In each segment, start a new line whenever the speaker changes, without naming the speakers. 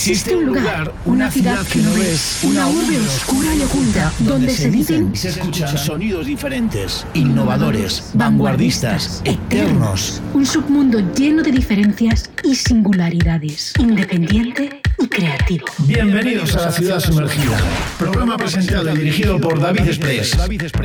Existe un lugar, una ciudad que no ves, una urbe oscura y oculta, donde se dicen y se escuchan sonidos diferentes, innovadores, vanguardistas, eternos.
Un submundo lleno de diferencias y singularidades, independiente y creativo.
Bienvenidos a La Ciudad Sumergida, programa presentado y dirigido por David Express.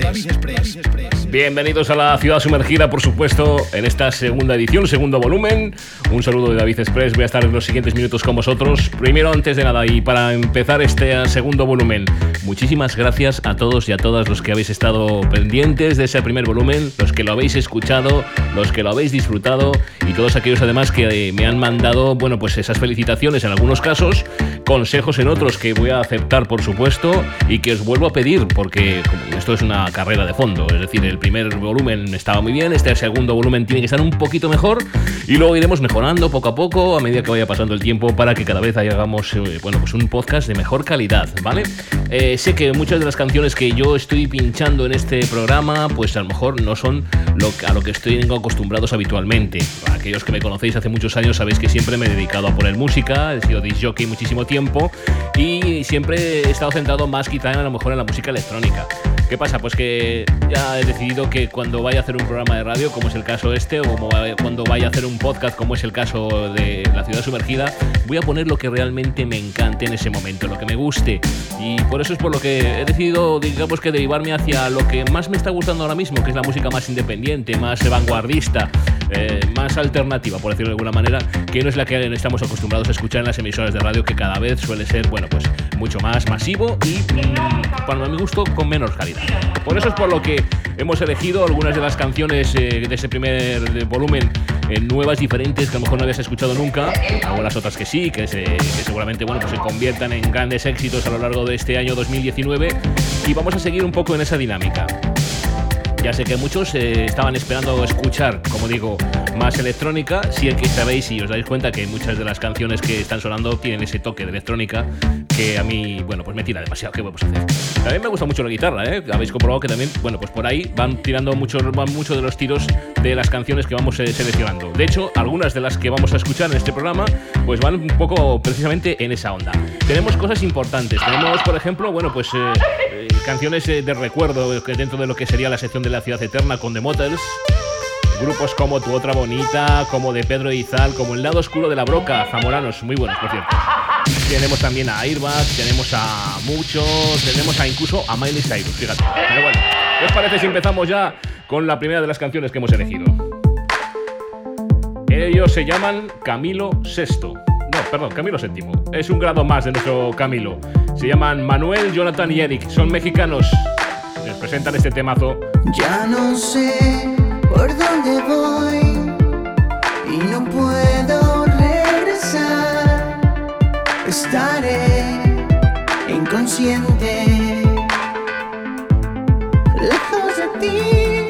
Bienvenidos a La Ciudad Sumergida, por supuesto, en esta segunda edición, segundo volumen. Un saludo de David Express, voy a estar en los siguientes minutos con vosotros. Primero, antes de nada, y para empezar este segundo volumen, muchísimas gracias a todos y a todas los que habéis estado pendientes de ese primer volumen, los que lo habéis escuchado, los que lo habéis disfrutado y todos aquellos además que me han mandado, bueno, pues esas felicitaciones en algunos casos, consejos en otros que voy a aceptar, por supuesto, y que os vuelvo a pedir, porque esto es una carrera de fondo, es decir, el primer volumen estaba muy bien, este segundo volumen tiene que estar un poquito mejor y luego iremos mejorando poco a poco a medida que vaya pasando el tiempo para que cada vez hagamos bueno, pues un podcast de mejor calidad, ¿vale? Sé que muchas de las canciones que yo estoy pinchando en este programa pues a lo mejor no son a lo que estoy acostumbrados habitualmente. Para aquellos que me conocéis hace muchos años sabéis que siempre me he dedicado a poner música, he sido disc jockey muchísimo tiempo y siempre he estado centrado más quizá a lo mejor en la música electrónica. ¿Qué pasa? Pues que ya he decidido que cuando vaya a hacer un programa de radio, como es el caso este, o cuando vaya a hacer un podcast, como es el caso de La Ciudad Sumergida, voy a poner lo que realmente me encante en ese momento, lo que me guste. Y por eso es por lo que he decidido, digamos, que derivarme hacia lo que más me está gustando ahora mismo, que es la música más independiente, más vanguardista, más alternativa, por decirlo de alguna manera, que no es la que estamos acostumbrados a escuchar en las emisoras de radio, que cada vez suele ser, bueno, pues mucho más masivo y, para mi gusto, con menos calidad. Por eso es por lo que hemos elegido algunas de las canciones de ese primer volumen nuevas, diferentes, que a lo mejor no habías escuchado nunca, algunas otras que sí, que seguramente bueno, pues se conviertan en grandes éxitos a lo largo de este año 2019 y vamos a seguir un poco en esa dinámica. Ya sé que muchos estaban esperando escuchar, como digo, más electrónica. Si es que sabéis y os dais cuenta que muchas de las canciones que están sonando tienen ese toque de electrónica que a mí, bueno, pues me tira demasiado. ¿Qué podemos hacer? También me gusta mucho la guitarra, ¿eh? Habéis comprobado que también, bueno, pues por ahí van tirando mucho de los tiros de las canciones que vamos seleccionando. De hecho, algunas de las que vamos a escuchar en este programa, pues van un poco precisamente en esa onda. Tenemos cosas importantes. Tenemos, por ejemplo, bueno, pues canciones de recuerdo que dentro de lo que sería la sección de La Ciudad Eterna con The Motels. Grupos como Tu Otra Bonita, como de Pedro Izal, como El Lado Oscuro de la Broca, zamoranos, muy buenos, por cierto. Tenemos también a Airbag, tenemos a muchos, tenemos incluso a Miley Cyrus, fíjate. Pero bueno, ¿qué os parece si empezamos ya con la primera de las canciones que hemos elegido? Ellos se llaman Camilo VI. No, perdón, Camilo VII. Es un grado más de nuestro Camilo. Se llaman Manuel, Jonathan y Eric. Son mexicanos. Les presentan este temazo.
Ya no sé por dónde voy y no puedo regresar. Estaré inconsciente, lejos de ti,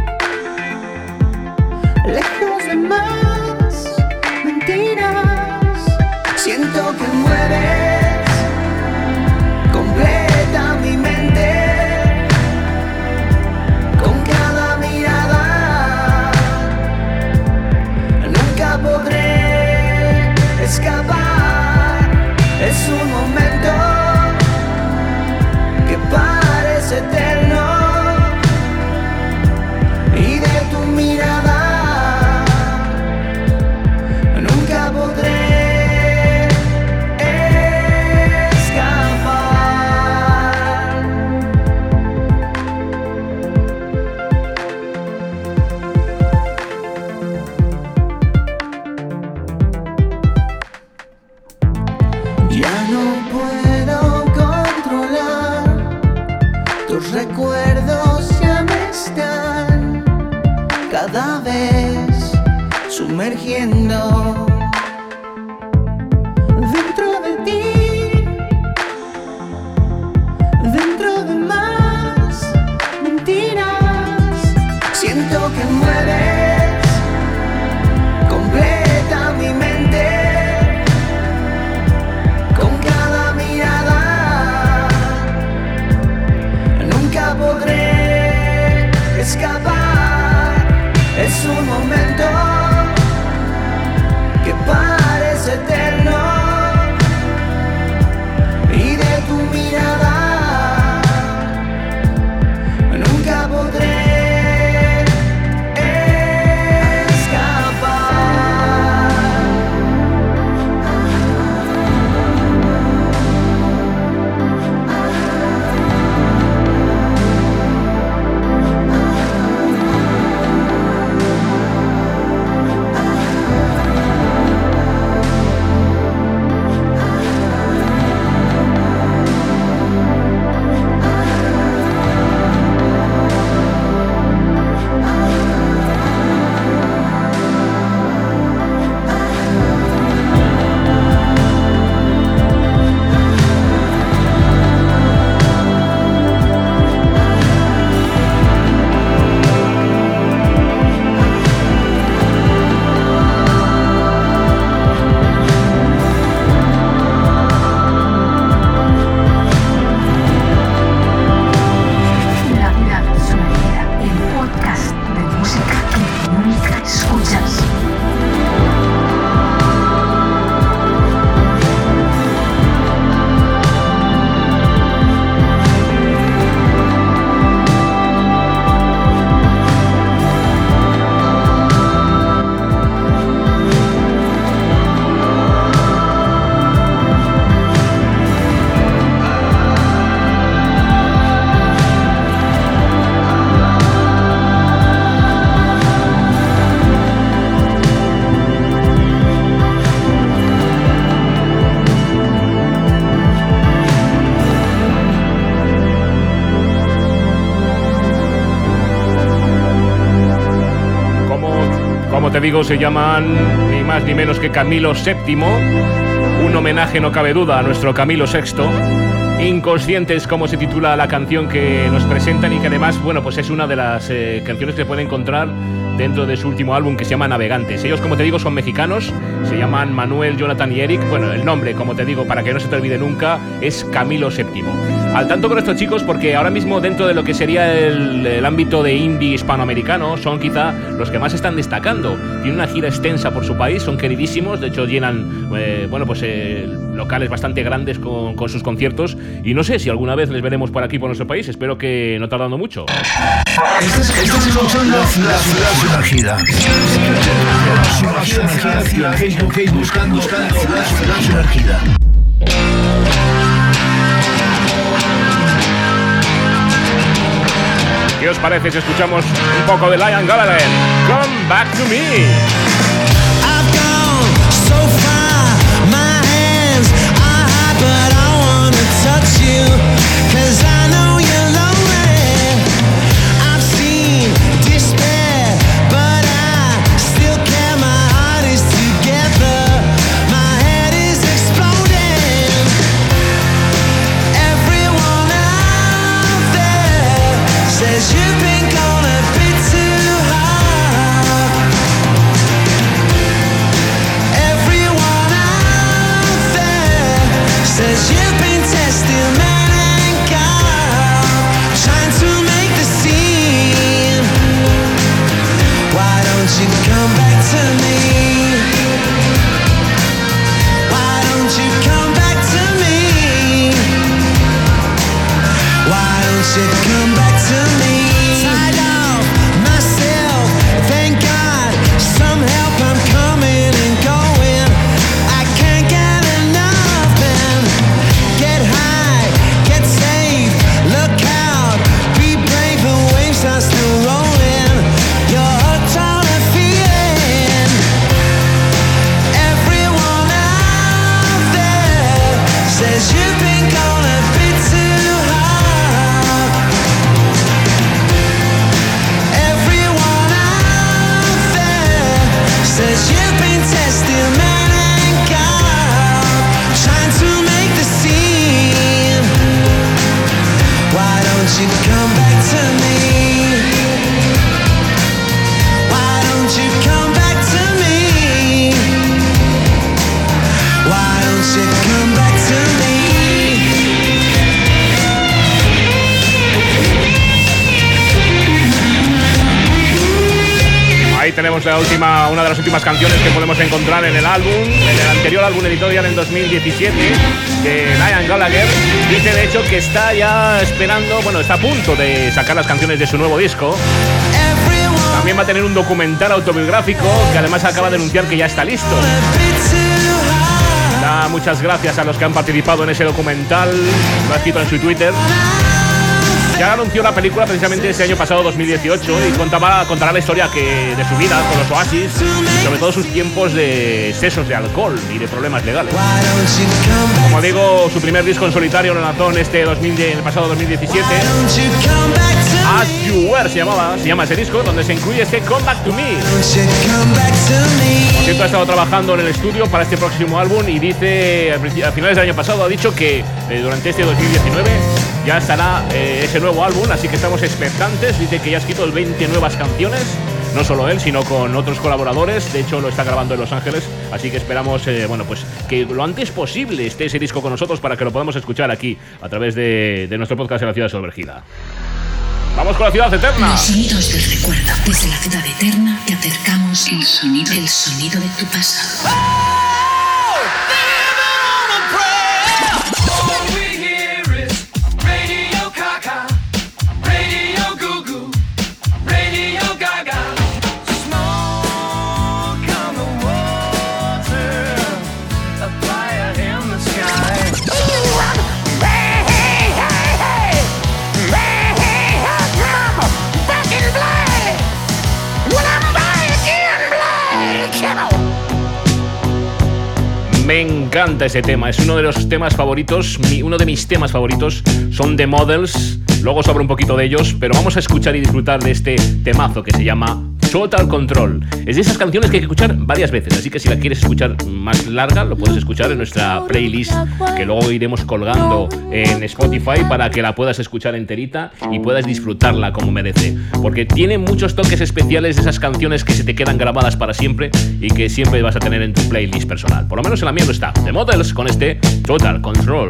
lejos de más mentiras. Siento que mueves completa mi mente. Podré escapar, es un momento que parece eterno y de tu mirada nunca podré escapar. Recuerdos ya me están cada vez sumergiendo dentro de ti, dentro de más mentiras. Siento que mueves completa mi mente con cada mirada. Podré escapar, es un momento
te digo, se llaman ni más ni menos que Camilo VII. Un homenaje, no cabe duda, a nuestro Camilo VI. Inconscientes, como se titula la canción que nos presentan y que además, bueno, pues es una de las canciones que se pueden encontrar dentro de su último álbum que se llama Navegantes. Ellos, como te digo, son mexicanos, se llaman Manuel, Jonathan y Eric. Bueno, el nombre, como te digo, para que no se te olvide nunca, es Camilo VII. Al tanto con estos chicos porque ahora mismo dentro de lo que sería el ámbito de indie hispanoamericano son quizá los que más están destacando. Tienen una gira extensa por su país, son queridísimos, de hecho llenan locales bastante grandes con sus conciertos y no sé si alguna vez les veremos por aquí, por nuestro país, espero que no tardando mucho.
Estás escuchando la gira. Facebook, buscando la gira.
¿Qué os parece si escuchamos un poco de Liam Gallagher? Come Back to Me.
I've gone so far, my hands are high, but I wanna touch you, 'cause I know you're lonely. I've seen despair, but I still care, my heart is together, my head is exploding. Everyone out there says you've been gone a bit too hard. Everyone out there says you've been testing man and God, trying to make the scene. Why don't you come back to me? Why don't you come back to me? Why don't you come back to me? Tied off myself, thank God, some help, I'm coming and going. I can't get enough, then get high, get safe, look out, be brave, the waves are still rolling. You're hooked on a feeling. Everyone out there says you've been gone a bit too hard. Everyone out there says you've been testing man and God, trying to make the scene. Why don't you come back to me? Why don't you come back to me? Why don't you come back to me?
Ahí tenemos una de las últimas canciones que podemos encontrar en el álbum, en el anterior álbum editorial en 2017 de Liam Gallagher. Dice de hecho que está ya esperando, bueno, está a punto de sacar las canciones de su nuevo disco. También va a tener un documental autobiográfico que además acaba de anunciar que ya está listo. Da muchas gracias a los que han participado en ese documental, lo ha escrito en su Twitter. Ya anunció la película precisamente ese año pasado, 2018, y contará la historia de su vida con los Oasis y sobre todo sus tiempos de excesos de alcohol y de problemas legales. Como digo, su primer disco en solitario lo lanzó en el pasado 2017. As You Were se llama ese disco, donde se incluye este Come Back to Me. Por cierto, ha estado trabajando en el estudio para este próximo álbum y dice, a finales del año pasado, ha dicho que durante este 2019 ya estará ese nuevo álbum, así que estamos expectantes. Dice que ya ha escrito 20 nuevas canciones, no solo él, sino con otros colaboradores. De hecho, lo está grabando en Los Ángeles, así que esperamos pues que lo antes posible esté ese disco con nosotros para que lo podamos escuchar aquí a través de nuestro podcast en la ciudad de Sobergida. Vamos con la ciudad eterna.
Los sonidos del recuerdo. Desde la ciudad eterna te acercamos el sonido de tu pasado.
Me encanta ese tema, es uno de los temas favoritos, uno de mis temas favoritos son The Models, luego sobre un poquito de ellos, pero vamos a escuchar y disfrutar de este temazo que se llama Total Control. Es de esas canciones que hay que escuchar varias veces, así que si la quieres escuchar más larga, lo puedes escuchar en nuestra playlist, que luego iremos colgando en Spotify para que la puedas escuchar enterita y puedas disfrutarla como merece. Porque tiene muchos toques especiales de esas canciones que se te quedan grabadas para siempre y que siempre vas a tener en tu playlist personal. Por lo menos en la mía no está. The Models con este Total Control.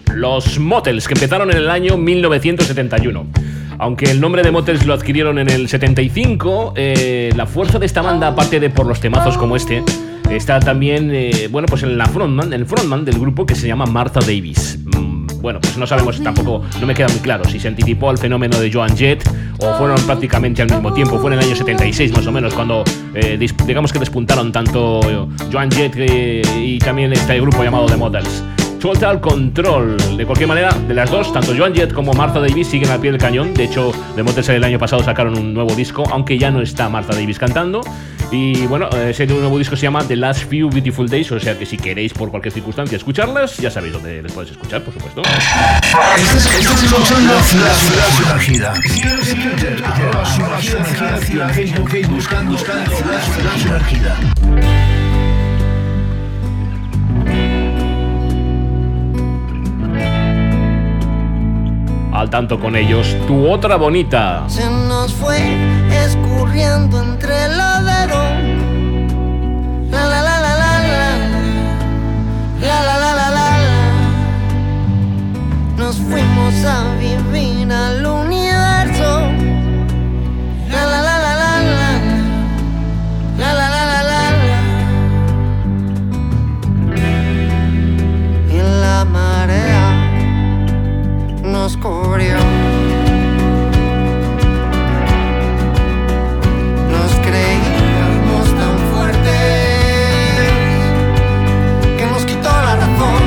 Los Motels, que empezaron en el año 1971. Aunque el nombre de Motels lo adquirieron en el 75, la fuerza de esta banda, aparte de por los temazos como este, está también, pues en el frontman del grupo, que se llama Martha Davis. Bueno, pues no sabemos tampoco, no me queda muy claro si se anticipó al fenómeno de Joan Jett o fueron prácticamente al mismo tiempo. Fue en el año 76 más o menos cuando digamos que despuntaron tanto Joan Jett y también este grupo llamado The Models. Total Control. De cualquier manera, de las dos, tanto Joan Jett como Martha Davis siguen al pie del cañón. De hecho, The Models el año pasado sacaron un nuevo disco, aunque ya no está Martha Davis cantando. Y bueno, ese nuevo disco se llama The Last Few Beautiful Days, o sea que si queréis por cualquier circunstancia escucharlas, ya sabéis dónde les podéis escuchar, por supuesto.
Estás escuchando Ciudad Gira. Facebook, buscando Ciudad Gira.
Al tanto con ellos, Tu Otra Bonita.
Se nos fue escurriendo entre los dedos. La la la la la la. La la la la la la. Nos fuimos a vivir al universo. La la la la la la. La la la la la la. Y la marea nos cubrió. Nos creíamos tan fuertes que nos quitó la razón.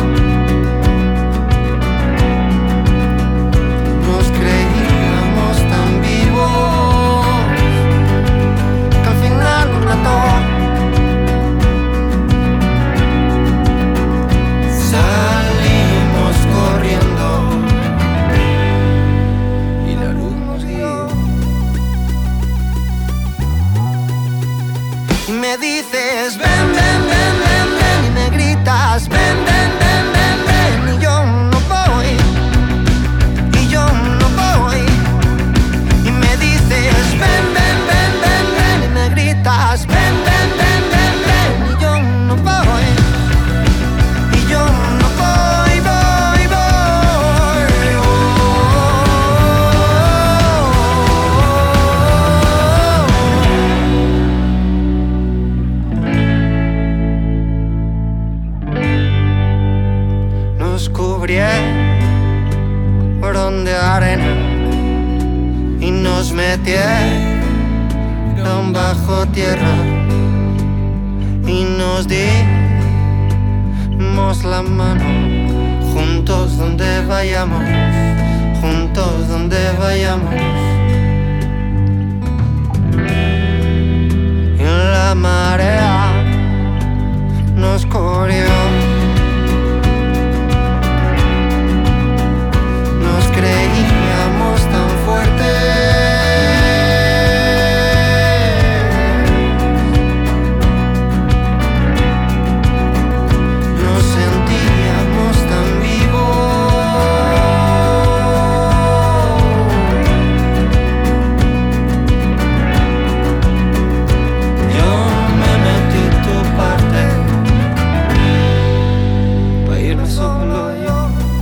Nos creíamos tan vivos que al final nos mató. Salimos corriendo. Me dices ven, ven, ven, ven, ven, y me gritas ven, ven, ven, ven, ven, y yo no voy, y yo no voy, y me dices ven, ven, ven, ven, ven, y me gritas ven, ven, ven, ven, ven, y yo no voy, y yo no voy, voy, voy, Nos cubrieron de arena y nos metieron bajo tierra y nos dimos la mano, juntos donde vayamos, juntos donde vayamos. Y la marea nos cubrió. Nos creíamos tan fuertes. Nos sentíamos tan vivos. Yo me metí tu parte pa' irme solo yo.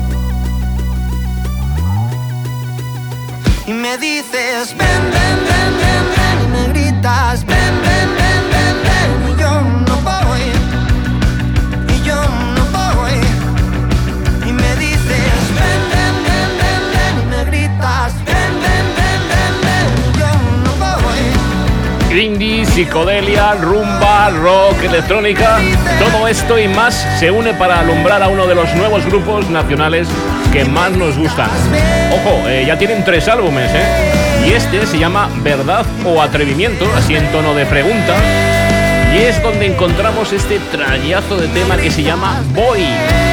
Y me dices ven, ven, ven, ven, ven, y me gritas ven, ven, ven, ven, ven, y yo no voy, y yo no voy, y me dices ven, ven, ven, ven, ven, y me gritas ven, ven, ven, ven, ven, y yo no voy.
Indie, psicodelia, rumba, rock, electrónica, todo esto y más se une para alumbrar a uno de los nuevos grupos nacionales que más nos gustan. Ojo, ya tienen 3 álbumes, y este se llama Verdad o Atrevimiento, así en tono de pregunta, y es donde encontramos este trayazo de tema que se llama Voy.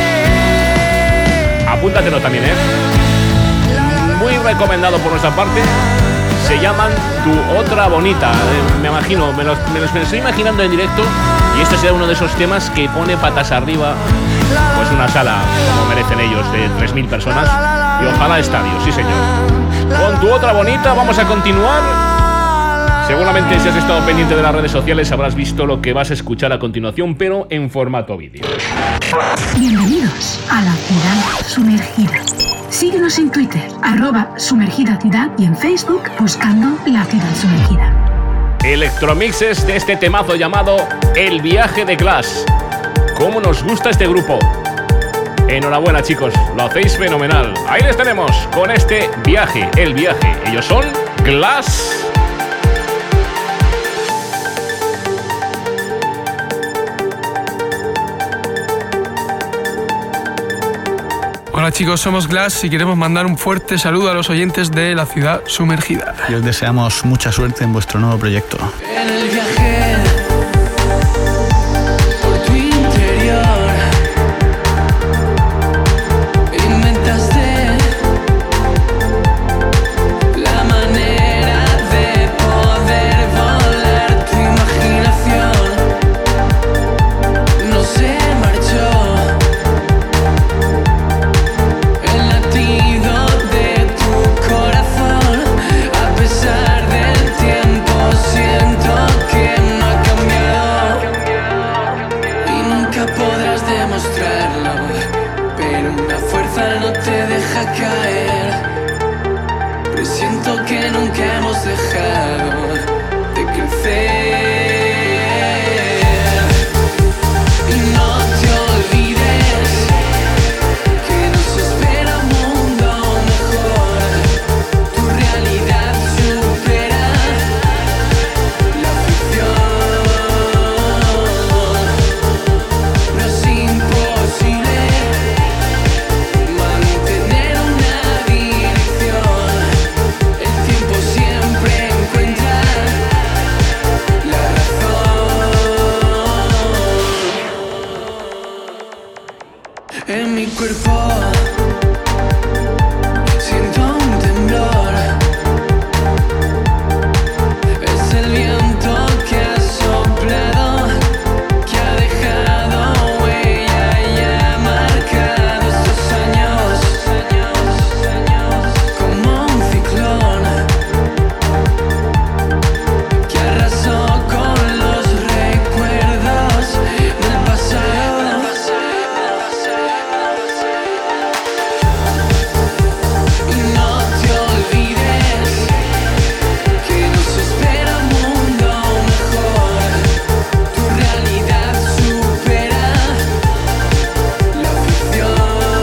Apúntatelo también, muy recomendado por nuestra parte. Se llaman Tu Otra Bonita. Me imagino, me los estoy imaginando en directo, y este será uno de esos temas que pone patas arriba pues una sala, como merecen ellos, de 3.000 personas, y ojalá estadio, sí señor. Con Tu Otra Bonita vamos a continuar Seguramente si has estado pendiente de las redes sociales habrás visto lo que vas a escuchar a continuación, pero en formato vídeo.
Bienvenidos a la ciudad sumergida. Síguenos en Twitter, @sumergidaciudad, y en Facebook buscando La Ciudad Sumergida.
Electromixes de este temazo llamado El Viaje de Glass. ¿Cómo nos gusta este grupo? Enhorabuena, chicos, lo hacéis fenomenal. Ahí les tenemos con este viaje, El Viaje. Ellos son Glass.
Hola chicos, somos Glass y queremos mandar un fuerte saludo a los oyentes de La Ciudad Sumergida.
Y os deseamos mucha suerte en vuestro nuevo proyecto.
En el viaje por tu interior inventaste la manera de poder volar. Tu imaginación no se marchó. El latido de tu corazón, a pesar del tiempo, siento que no ha cambiado. Y nunca podrás demostrarlo, pero una fuerza no te deja caer. Presiento que nunca hemos dejado de crecer. Y no te olvides que nos espera un mundo mejor. Tu realidad supera la ficción. No es imposible mantener una dirección. El tiempo siempre encuentra la razón. En mi cuerpo siento un temblor. Es el viento que ha soplado, que ha dejado huella y ha marcado estos años como un ciclón que arrasó con los recuerdos del pasado. Y no te olvides que nos espera un mundo mejor. Tu realidad supera la ficción.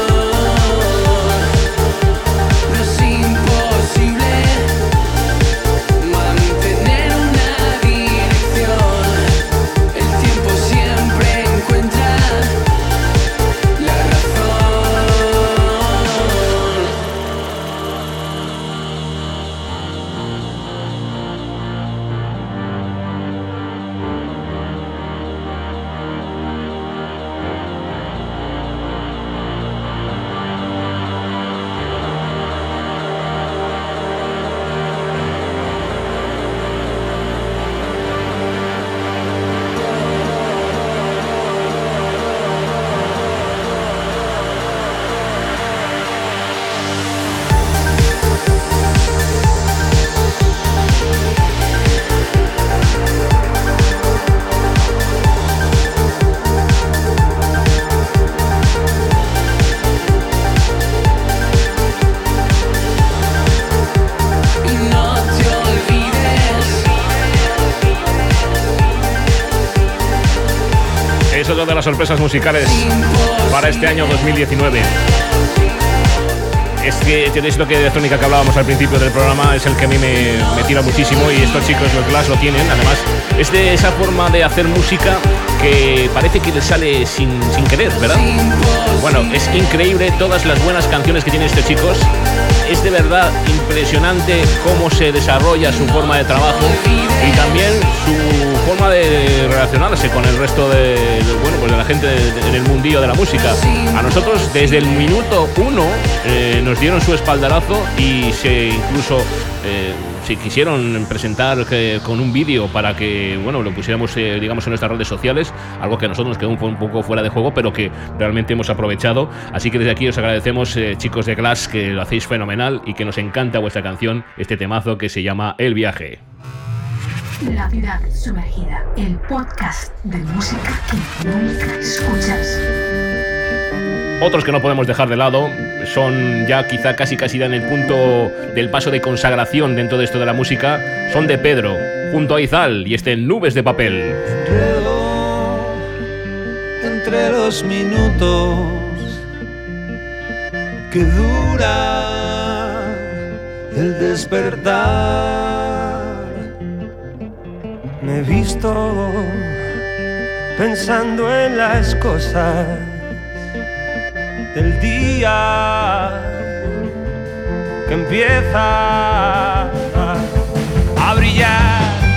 No es imposible mantener una dirección. El tiempo siempre encuentra la razón. Y no te olvides.
Es otra de las sorpresas musicales para este año 2019. Es que tenéis lo que de electrónica que hablábamos al principio del programa, es el que a mí me tira muchísimo, y estos chicos, los Glass, lo tienen. Además, es de esa forma de hacer música que parece que les sale sin querer, ¿verdad? Bueno, es increíble todas las buenas canciones que tienen estos chicos. Es de verdad impresionante cómo se desarrolla su forma de trabajo y también su forma de relacionarse con el resto de la gente en el mundillo de la música. A nosotros desde el minuto 1 nos dieron su espaldarazo y se quisieron presentar con un vídeo para que lo pusiéramos digamos en nuestras redes sociales, algo que a nosotros nos quedó un poco fuera de juego, pero que realmente hemos aprovechado. Así que desde aquí os agradecemos, chicos de Glass, que lo hacéis fenomenal y que nos encanta vuestra canción, este temazo que se llama El Viaje.
La ciudad sumergida, el podcast de música que nunca escuchas.
Otros que no podemos dejar de lado son ya quizá casi en el punto del paso de consagración dentro de esto de la música, son de Pedro, junto a Izal y Nubes de papel.
Enredo entre los minutos que dura el despertar. Me he visto pensando en las cosas del día que empieza a brillar.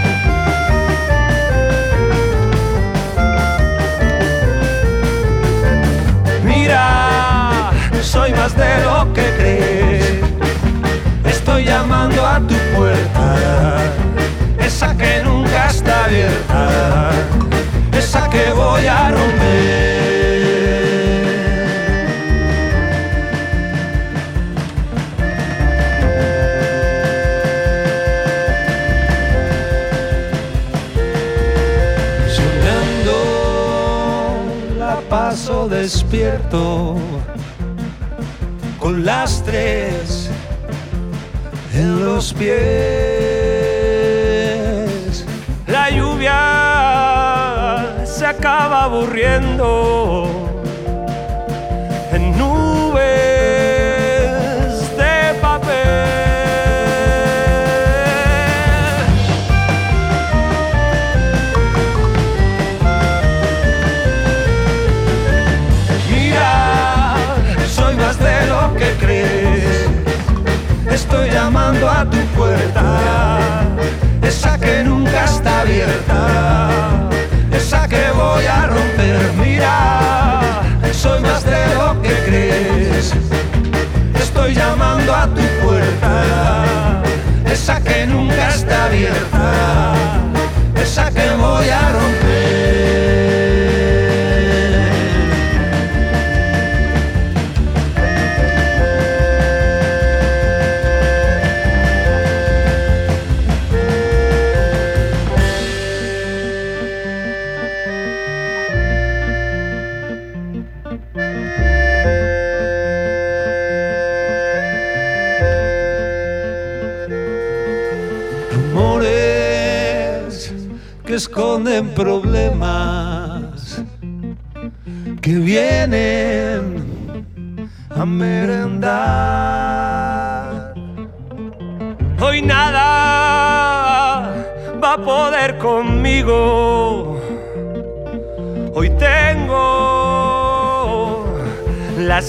Mira, soy más de lo que crees. Estoy llamando a tu puerta, esa que nunca está abierta, esa que voy a romper. Paso despierto con lastres en los pies. La lluvia se acaba aburriendo en nubes de papel. Estoy llamando a tu puerta, esa que nunca está abierta, esa que voy a romper. Mira, soy más de lo que crees. Estoy llamando a tu puerta, esa que nunca está abierta, esa que voy a romper. Esconden problemas que vienen a merendar. Hoy nada va a poder conmigo. Hoy tengo las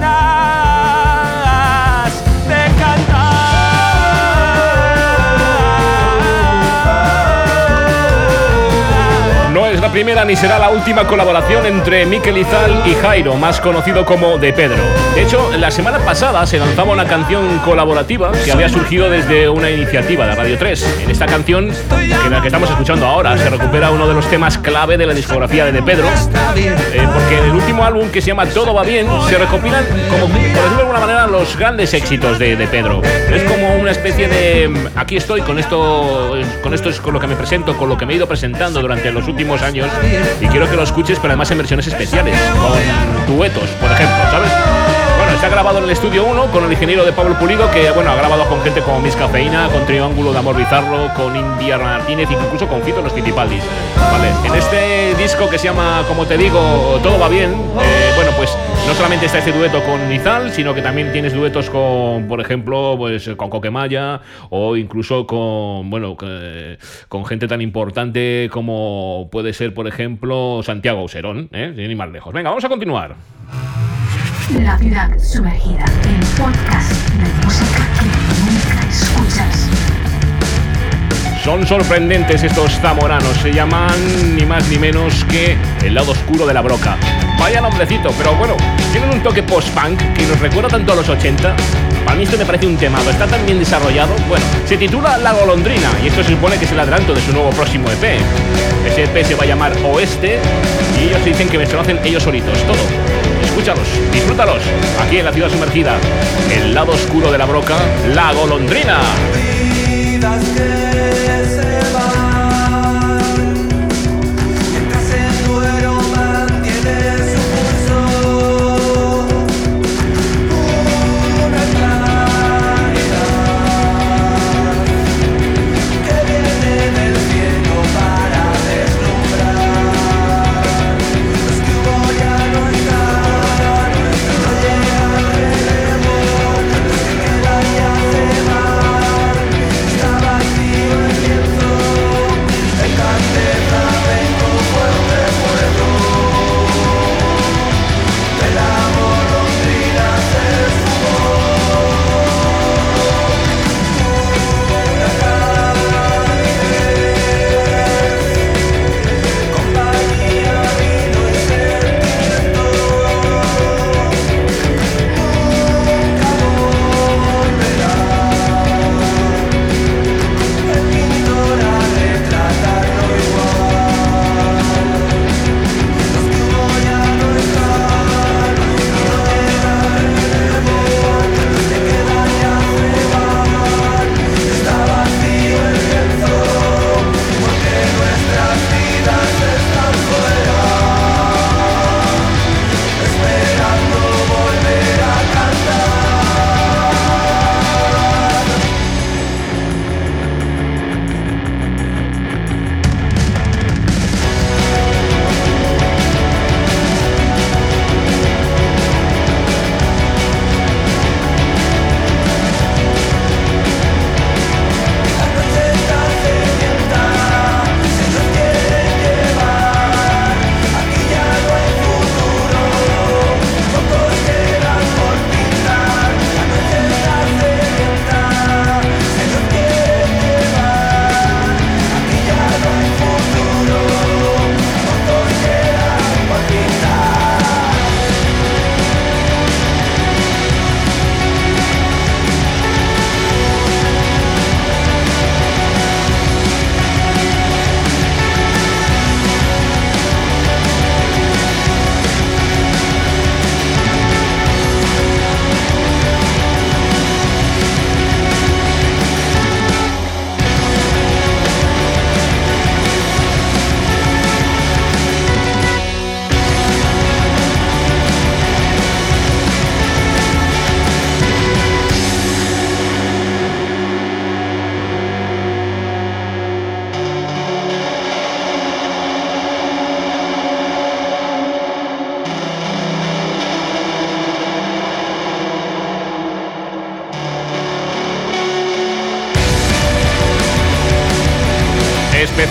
ganas de cantar.
No es la primera ni será la última colaboración entre Mikel Izal y Jairo, más conocido como De Pedro. De hecho, la semana pasada se lanzaba una canción colaborativa que había surgido desde una iniciativa de Radio 3. En esta canción, que la que estamos escuchando ahora, se recupera uno de los temas clave de la discografía de Pedro, porque en el último álbum, que se llama Todo va bien, se recopilan, como por decirlo de alguna manera, los grandes éxitos de Pedro. Es como una especie de aquí estoy, con esto es con lo que me presento, con lo que me he ido presentando durante los últimos años, y quiero que lo escuches, pero además en versiones especiales, con duetos, por ejemplo, ¿sabes? Bueno, está grabado en el estudio 1 con el ingeniero de Pablo Pulido, que bueno, ha grabado con gente como Miss Cafeína, con Triángulo de Amor Bizarro, con India Martínez y incluso con Fito Los Fitipaldis. Vale, en este disco que se llama, como te digo, Todo va bien, bueno, pues no solamente está este dueto con Izal, sino que también tienes duetos con, por ejemplo, pues con Coquemaya, o incluso con, bueno, con gente tan importante como puede ser, por ejemplo, Santiago Auserón, sin ir más lejos. Venga, vamos a continuar.
La ciudad sumergida, el podcast de música que nunca escuchas.
Son sorprendentes estos zamoranos, se llaman ni más ni menos que El lado oscuro de la broca. Vaya nombrecito, pero bueno, tienen un toque post-punk que nos recuerda tanto a los 80. Para mí esto me parece un temado, está tan bien desarrollado. Bueno, se titula La Golondrina y esto se supone que es el adelanto de su nuevo próximo EP. Ese EP se va a llamar Oeste y ellos dicen que se lo hacen ellos solitos, todo. Escúchalos, disfrútalos, aquí en la ciudad sumergida, El lado oscuro de la broca, La Golondrina.
Vidas que se van.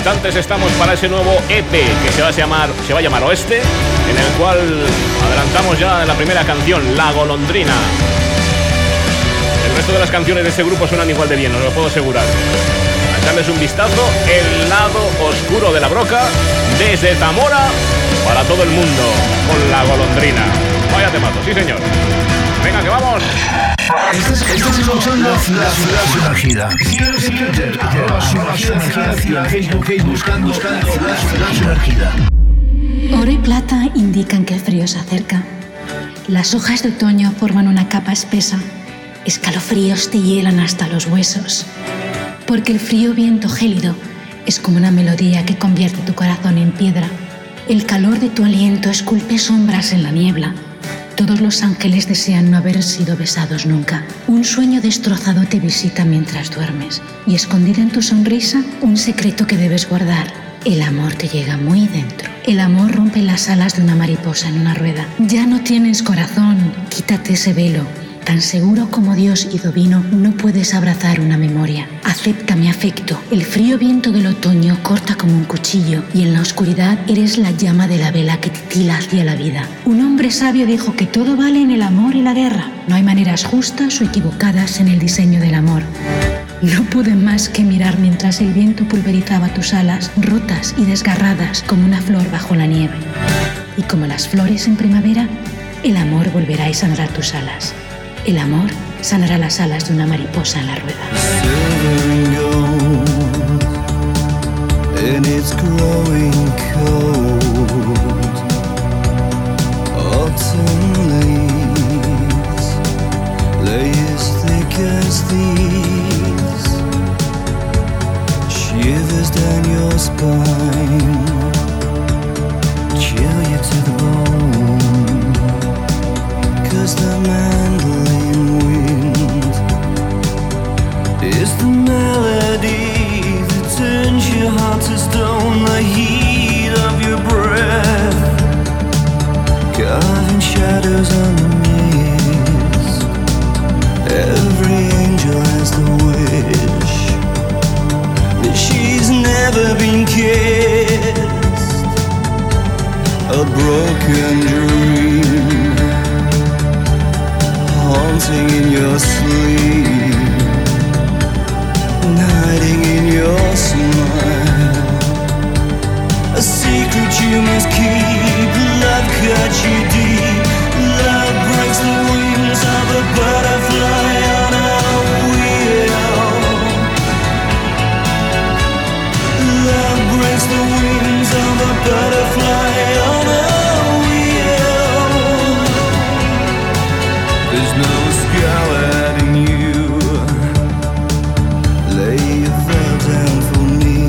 expectantes estamos para ese nuevo EP que se va a llamar Oeste, en el cual adelantamos ya la primera canción, La Golondrina. El resto de las canciones de este grupo suenan igual de bien, os lo puedo asegurar. A echarles un vistazo, El lado oscuro de la broca, desde Zamora para todo el mundo, con La Golondrina. Vaya temazo, sí señor. Venga, que vamos.
Estás escuchando La Ciudad Sumergida. Síguenos en Twitter, @Sumergida, Facebook, buscando Ciudad Sumergida.
Oro y plata indican que el frío se acerca. Las hojas de otoño forman una capa espesa. Escalofríos te hielan hasta los huesos. Porque el frío viento gélido es como una melodía que convierte tu corazón en piedra. El calor de tu aliento esculpe sombras en la niebla. Todos los ángeles desean no haber sido besados nunca. Un sueño destrozado te visita mientras duermes. Y escondida en tu sonrisa, un secreto que debes guardar. El amor te llega muy dentro. El amor rompe las alas de una mariposa en una rueda. Ya no tienes corazón, quítate ese velo. Tan seguro como Dios y Dovino, no puedes abrazar una memoria. Acepta mi afecto. El frío viento del otoño corta como un cuchillo y en la oscuridad eres la llama de la vela que titila hacia la vida. Un hombre sabio dijo que todo vale en el amor y la guerra. No hay maneras justas o equivocadas en el diseño del amor. No pude más que mirar mientras el viento pulverizaba tus alas, rotas y desgarradas como una flor bajo la nieve. Y como las flores en primavera, el amor volverá y sanará tus alas. El amor sanará las alas de una mariposa en la rueda.
And it's growing cold. Autumn leaves lay as thick as these. Shivers down your spine, chill you to the bone. 'Cause the mandolin wind is the melody that turns your heart to stone. The heat of your breath, carving shadows on the mist. Every angel has the wish that she's never been kissed. A broken dream haunting in your sleep, hiding in your smile. A secret you must keep. Love cuts you deep. Love breaks the wings of a butterfly on a wheel. Love breaks the wings of a butterfly on a wheel. There's no scarlet in you. Lay your veil down for me.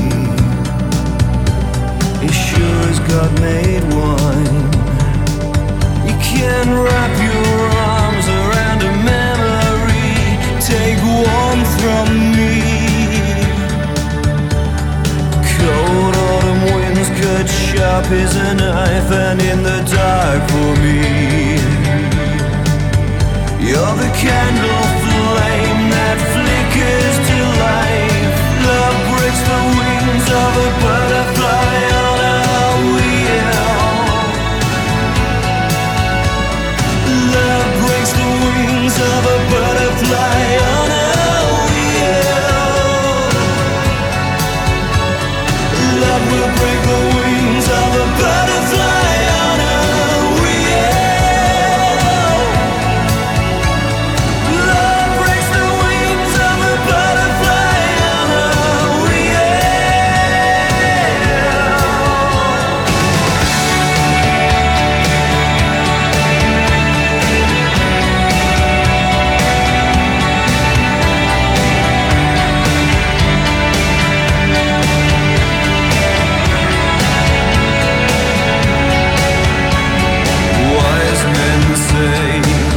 As sure as God made wine, you can wrap your arms around a memory. Take one from me. Cold autumn winds cut sharp as a knife, and in the dark for me, you're the candle flame that flickers to life. Love breaks the wings of a butterfly on a wheel. Love breaks the wings of a butterfly on a wheel. Love will break the wings of a butterfly on a wheel. Love breaks the wings of a butterfly on a wheel. Wise men say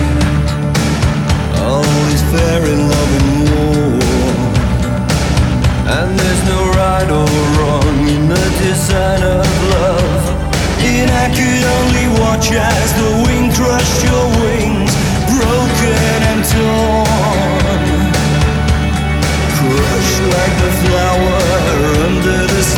all is fair in love and war, and there's no right or wrong in the design of love. And I could only watch as the wind crushed your wings, broken and torn, crushed like the flower under the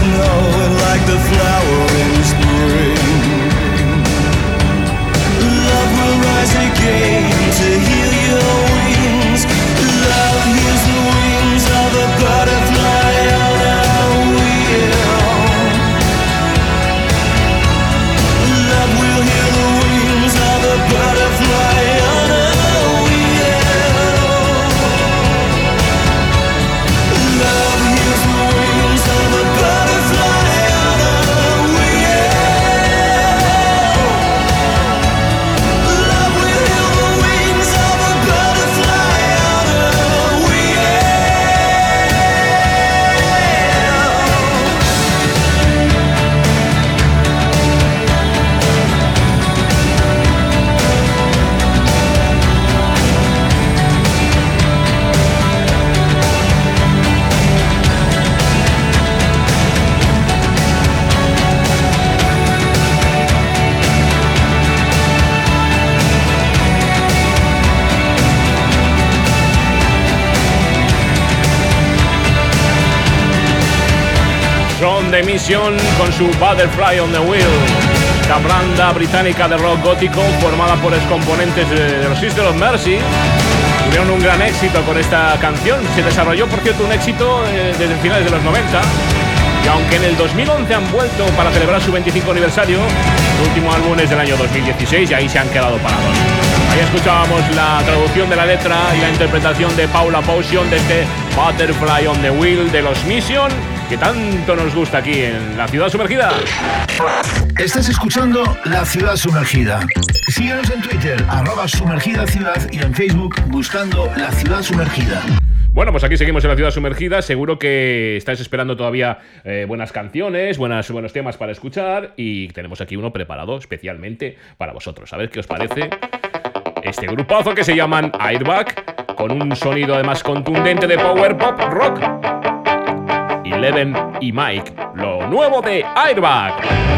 The Mission con su Butterfly on the Wheel. Esta banda británica de rock gótico formada por excomponentes de los Sisters of Mercy tuvieron un gran éxito con esta canción. Se desarrolló, por cierto, un éxito desde finales de los 90. Y aunque en el 2011 han vuelto para celebrar su 25 aniversario, su último álbum es del año 2016 y ahí se han quedado parados. Ahí escuchábamos la traducción de la letra y la interpretación de Paula Potion de este Butterfly on the Wheel de los Mission, que tanto nos gusta aquí en La Ciudad Sumergida.
Estás escuchando La Ciudad Sumergida. Síguenos en Twitter, @sumergidaciudad, y en Facebook buscando La Ciudad Sumergida.
Bueno, pues aquí seguimos en La Ciudad Sumergida. Seguro que estáis esperando todavía buenas canciones, buenos temas para escuchar, y tenemos aquí uno preparado especialmente para vosotros. A ver qué os parece este grupazo que se llaman Airbag, con un sonido además contundente de power pop rock. Eleven y Mike, lo nuevo de Airbag.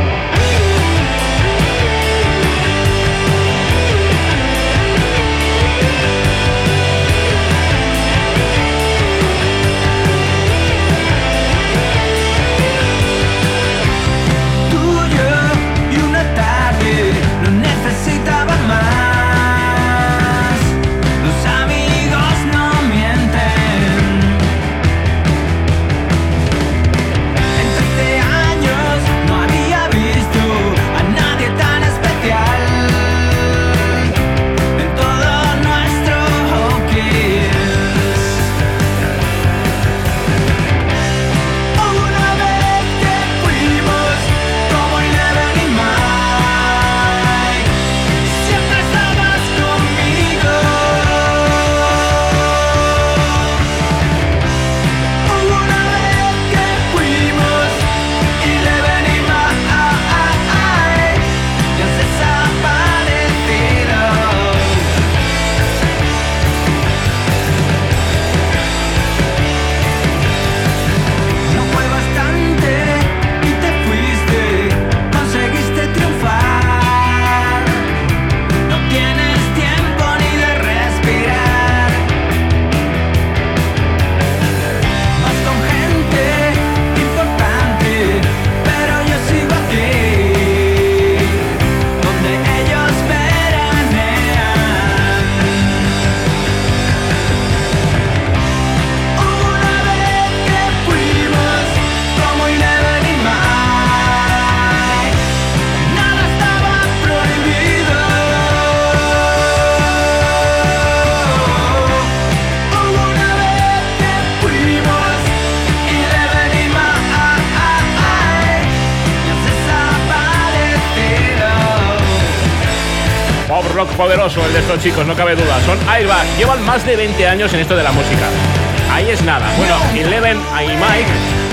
Rock poderoso el de estos chicos, no cabe duda. Son Airbag, llevan más de 20 años en esto de la música. Ahí es nada. Bueno, Eleven y Mike,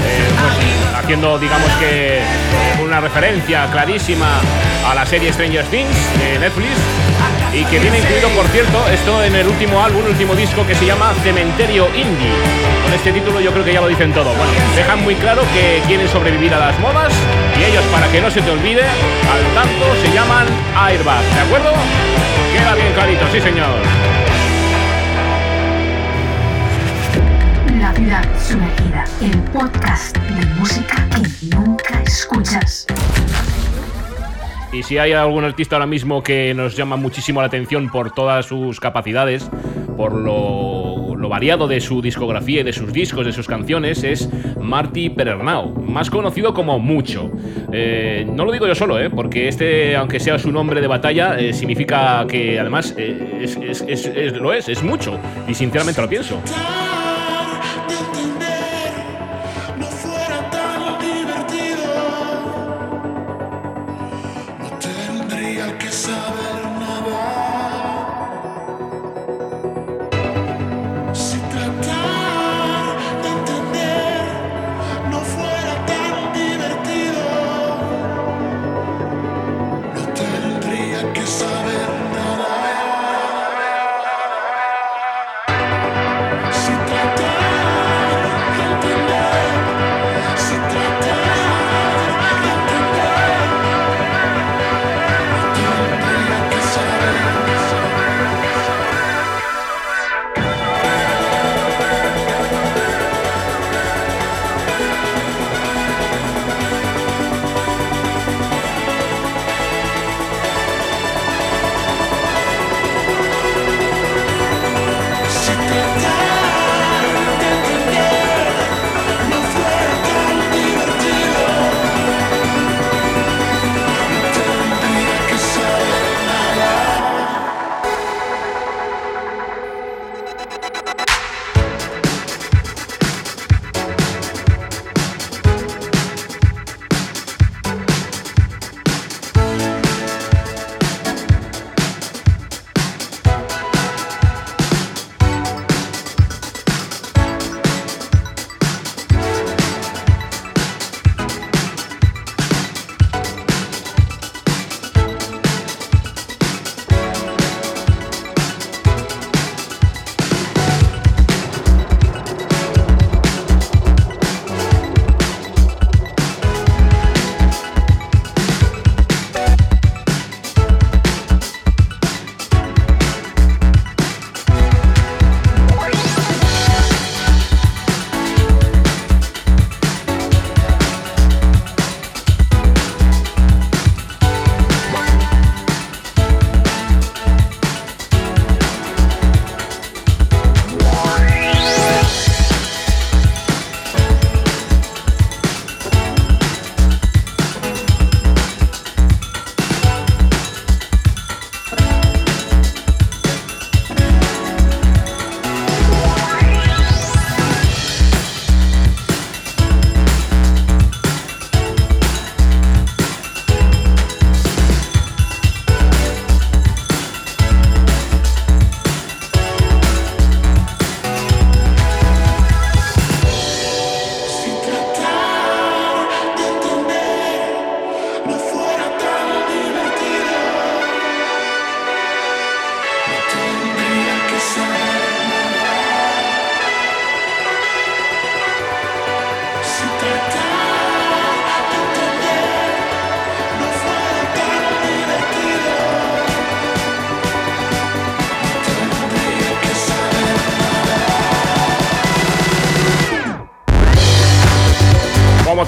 pues haciendo, digamos que una referencia clarísima a la serie Stranger Things de Netflix, y que viene incluido, por cierto, esto en el último álbum, último disco, que se llama Cementerio Indie. Con este título yo creo que ya lo dicen todo. Bueno, dejan muy claro que quieren sobrevivir a las modas, y ellos, para que no se te olvide, al tanto, se llaman Airbag, ¿de acuerdo? Queda bien clarito, sí señor.
La Ciudad Sumergida, el podcast de música que nunca escuchas.
Y si hay algún artista ahora mismo que nos llama muchísimo la atención por todas sus capacidades, por lo variado de su discografía y de sus discos, de sus canciones, es Marty Perernau, más conocido como Mucho. No lo digo yo solo, porque este, aunque sea su nombre de batalla, significa que además es mucho, y sinceramente lo pienso.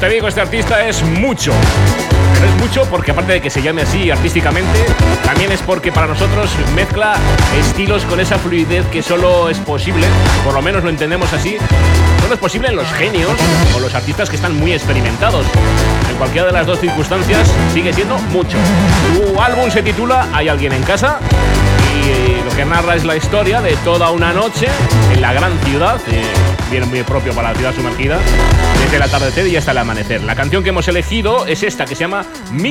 te digo, este artista es mucho. Pero es mucho porque aparte de que se llame así artísticamente, también es porque para nosotros mezcla estilos con esa fluidez que solo es posible, por lo menos lo entendemos así, solo es posible en los genios o los artistas que están muy experimentados. En cualquiera de las dos circunstancias sigue siendo mucho. Su álbum se titula Hay alguien en casa y lo que narra es la historia de toda una noche en la gran ciudad, bien muy propio para la ciudad sumergida, desde el atardecer y hasta el amanecer. La canción que hemos elegido es esta, que se llama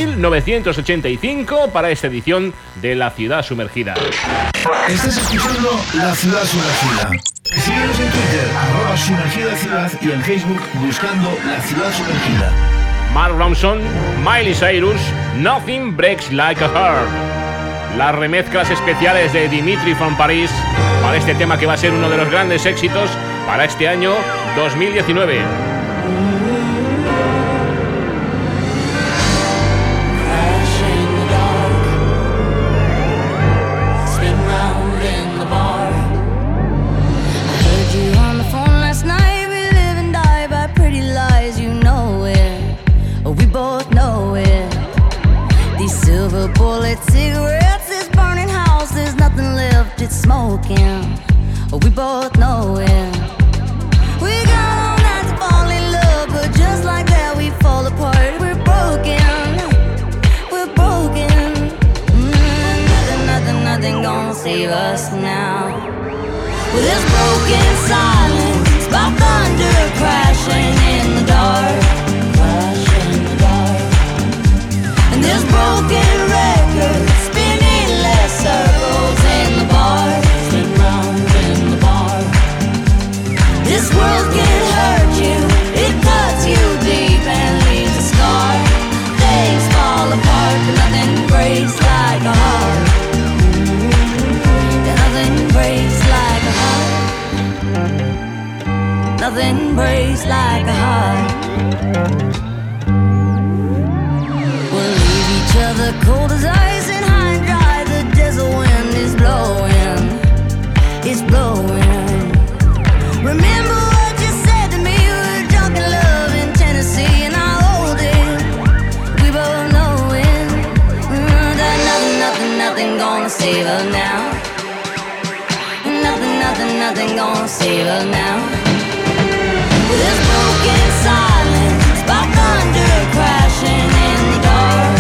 1985, para esta edición de La Ciudad Sumergida.
Estás escuchando La Ciudad Sumergida. Síguenos en Twitter, @sumergidociudad, y en Facebook buscando La Ciudad Sumergida.
Mark Ronson, Miley Cyrus, Nothing Breaks Like a Heart. Las remezclas especiales de Dimitri from Paris para este tema que va a ser uno de los grandes éxitos para este año 2019.
Bullet cigarettes, this burning house, there's nothing left, it's smoking. We both know it. We got all night to fall in love, but just like that we fall apart. We're broken, we're broken. Nothing gonna save us now. With this broken silence, by thunder crashing in the dark, crashing in the dark. And this broken record spinning less circles in the bar, spin round in the bar. This world can hurt you, it cuts you deep and leaves a scar. Things fall apart, but nothing breaks like a heart. Yeah, nothing breaks like a heart. Nothing breaks like a heart. The cold as ice and high and dry, the desert wind is blowing, it's blowing. Remember what you said to me, we were drunk in love in Tennessee, and I'll hold it, we both know it. That nothing gonna save us now. Nothing gonna save us now. With this broken silence, by thunder crashing in the dark,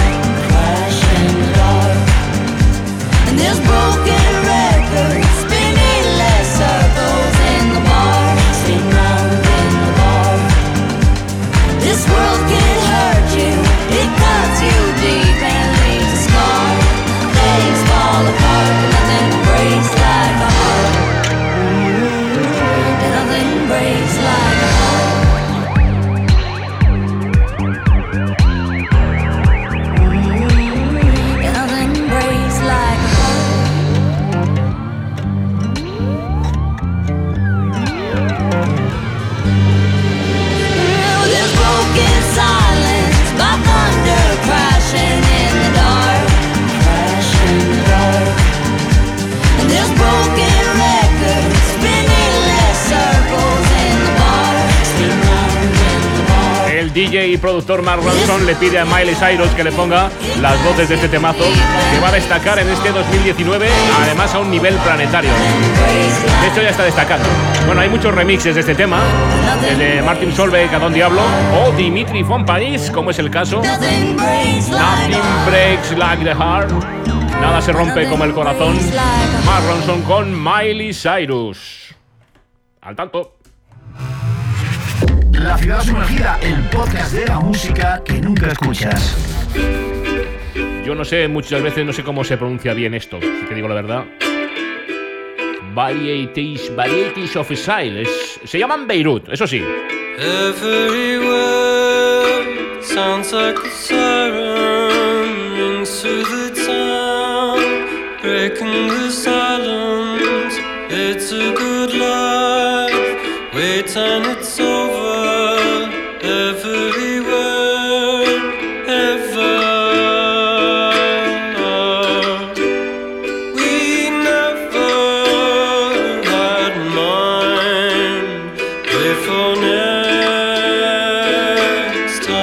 this broken record spinning less circles in the bar, spin round in the bar. This world can hurt you, it cuts you deep and leaves a scar. Things fall apart, but nothing breaks like a heart. And nothing breaks like a heart.
DJ y productor Mark Ronson le pide a Miley Cyrus que le ponga las voces de este temazo que va a destacar en este 2019, además a un nivel planetario. De hecho ya está destacando. Bueno, hay muchos remixes de este tema, desde Martin Solveig a Don Diablo o Dimitri from Paris, como es el caso. Nothing breaks like the heart. Nada se rompe como el corazón. Mark Ronson con Miley Cyrus. Al tanto.
La Ciudad Sumergida, el podcast de la música que nunca escuchas.
Yo no sé, muchas veces no sé cómo se pronuncia bien esto, si te digo la verdad. Varieties of Style. Se llaman Beirut, eso sí.
Everywhere sounds like a siren rings through the town, breaking the silence. It's a good life, wait and it's over. Everywhere, ever. We never had mine. Wait for next time.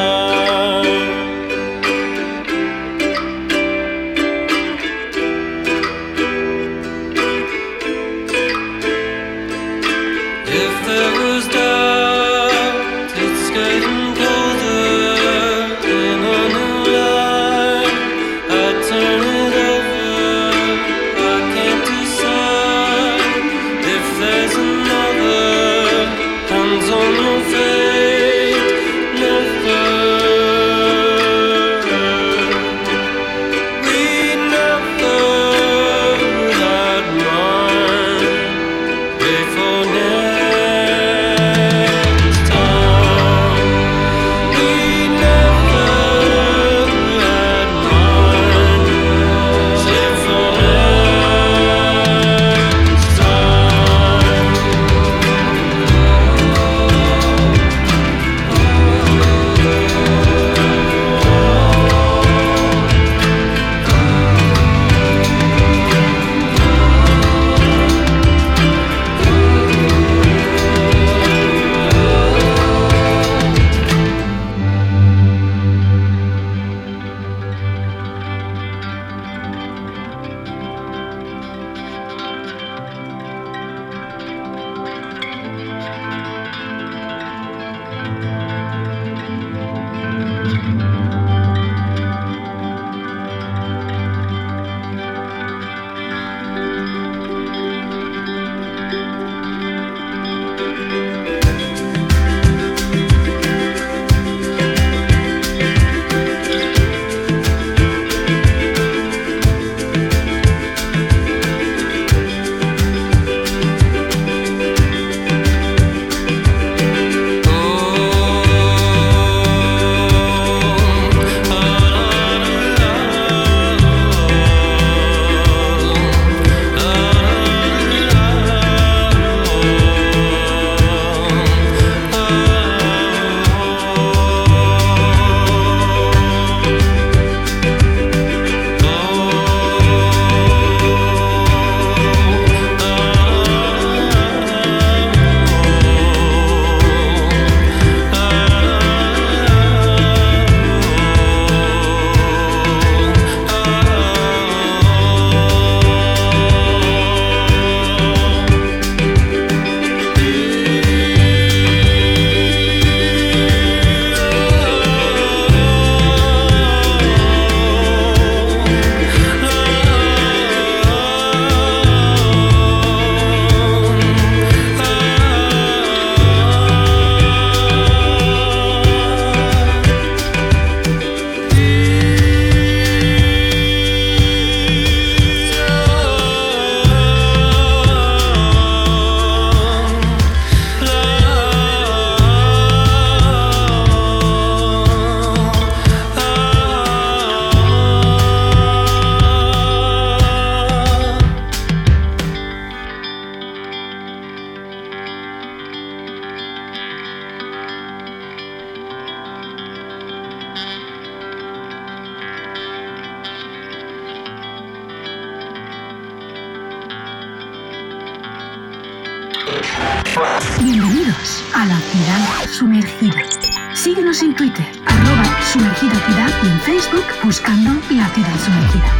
Bienvenidos a la ciudad sumergida. Síguenos en Twitter, @sumergidaciudad y en Facebook buscando la ciudad sumergida.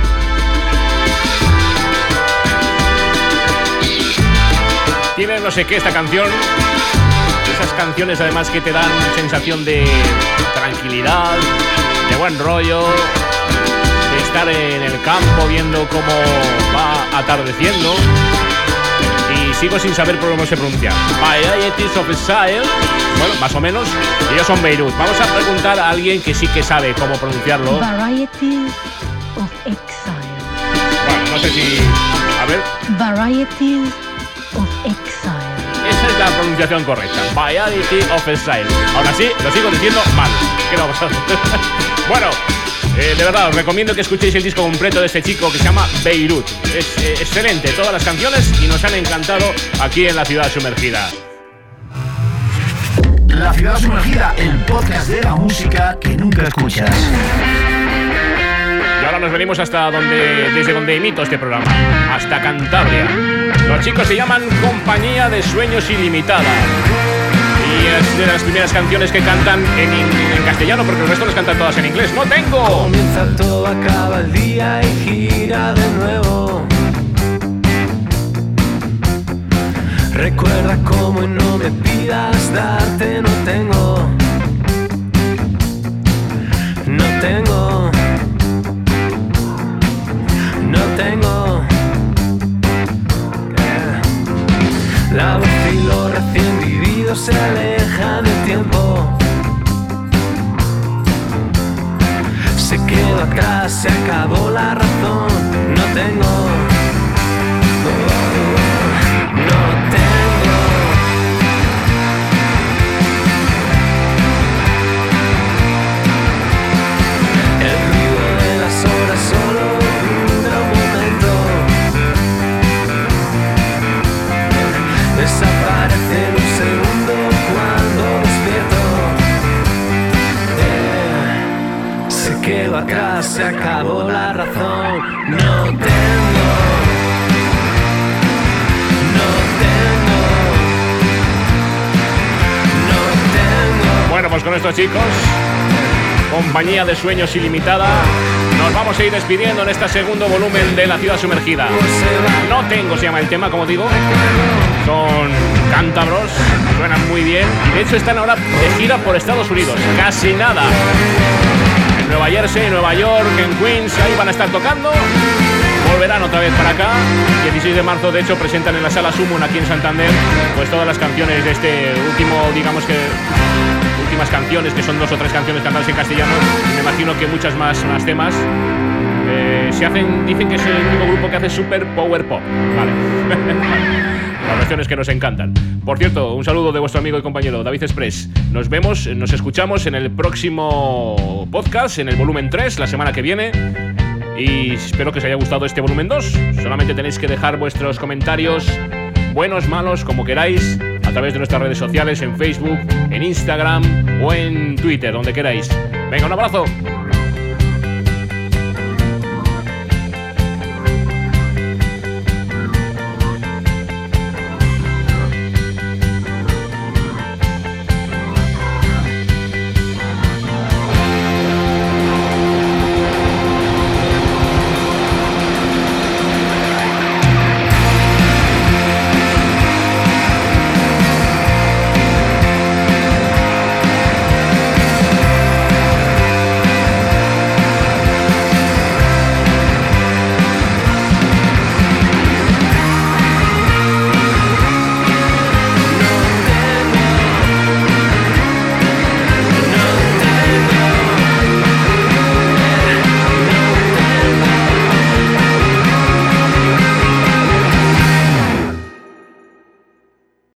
Tiene no sé qué esta canción. Esas canciones además que te dan sensación de tranquilidad, de buen rollo, de estar en el campo viendo cómo va atardeciendo. Y sigo sin saber cómo se pronuncia. Varieties of Exile. Bueno, más o menos. Ellos son Beirut. Vamos a preguntar a alguien que sí que sabe cómo pronunciarlo.
Varieties of Exile.
Bueno, no sé si... A ver.
Varieties of Exile.
Esa es la pronunciación correcta. Variety of Exile. Ahora sí, lo sigo diciendo mal. ¿Qué vamos a hacer? Bueno, de verdad, os recomiendo que escuchéis el disco completo de este chico que se llama Beirut. Es excelente, todas las canciones, y nos han encantado aquí en La Ciudad Sumergida.
La Ciudad Sumergida, el podcast de la música que nunca escuchas.
Y ahora nos venimos desde donde emito este programa, hasta Cantabria. Los chicos se llaman Compañía de Sueños Ilimitada. Y es de las primeras canciones que cantan en castellano, porque el resto las cantan todas en inglés. ¡No tengo!
Comienza todo, acaba el día y gira de nuevo. Recuerda cómo y no me pidas darte. No tengo. No tengo. No tengo. La voz y lo recién vivido se aleja del tiempo. Se quedó atrás, se acabó la razón. No tengo. No tengo. El ruido de las horas solo dura un momento. Desaparece en un segundo cuando despierto. Se quedó atrás, se acabó la razón. No tengo.
Bueno, pues con estos chicos, Compañía de Sueños Ilimitada, nos vamos a ir despidiendo en este segundo volumen de La Ciudad Sumergida. No tengo, se llama el tema, como digo. Son cántabros, suenan muy bien y de hecho están ahora de gira por Estados Unidos. Casi nada. En Nueva Jersey, Nueva York, en Queens, ahí van a estar tocando. Volverán otra vez para acá. 16 de marzo, de hecho, presentan en la Sala Sumun aquí en Santander pues todas las canciones de este último, digamos que últimas canciones, que son 2 o 3 canciones cantadas en castellano. Y me imagino que muchas más temas. Dicen que es el único grupo que hace super power pop. Vale. Las canciones que nos encantan. Por cierto, un saludo de vuestro amigo y compañero David Express. Nos vemos, nos escuchamos en el próximo podcast, en el volumen 3, la semana que viene. Y espero que os haya gustado este volumen 2. Solamente tenéis que dejar vuestros comentarios, buenos, malos, como queráis, a través de nuestras redes sociales, en Facebook, en Instagram o en Twitter, donde queráis. Venga, un abrazo.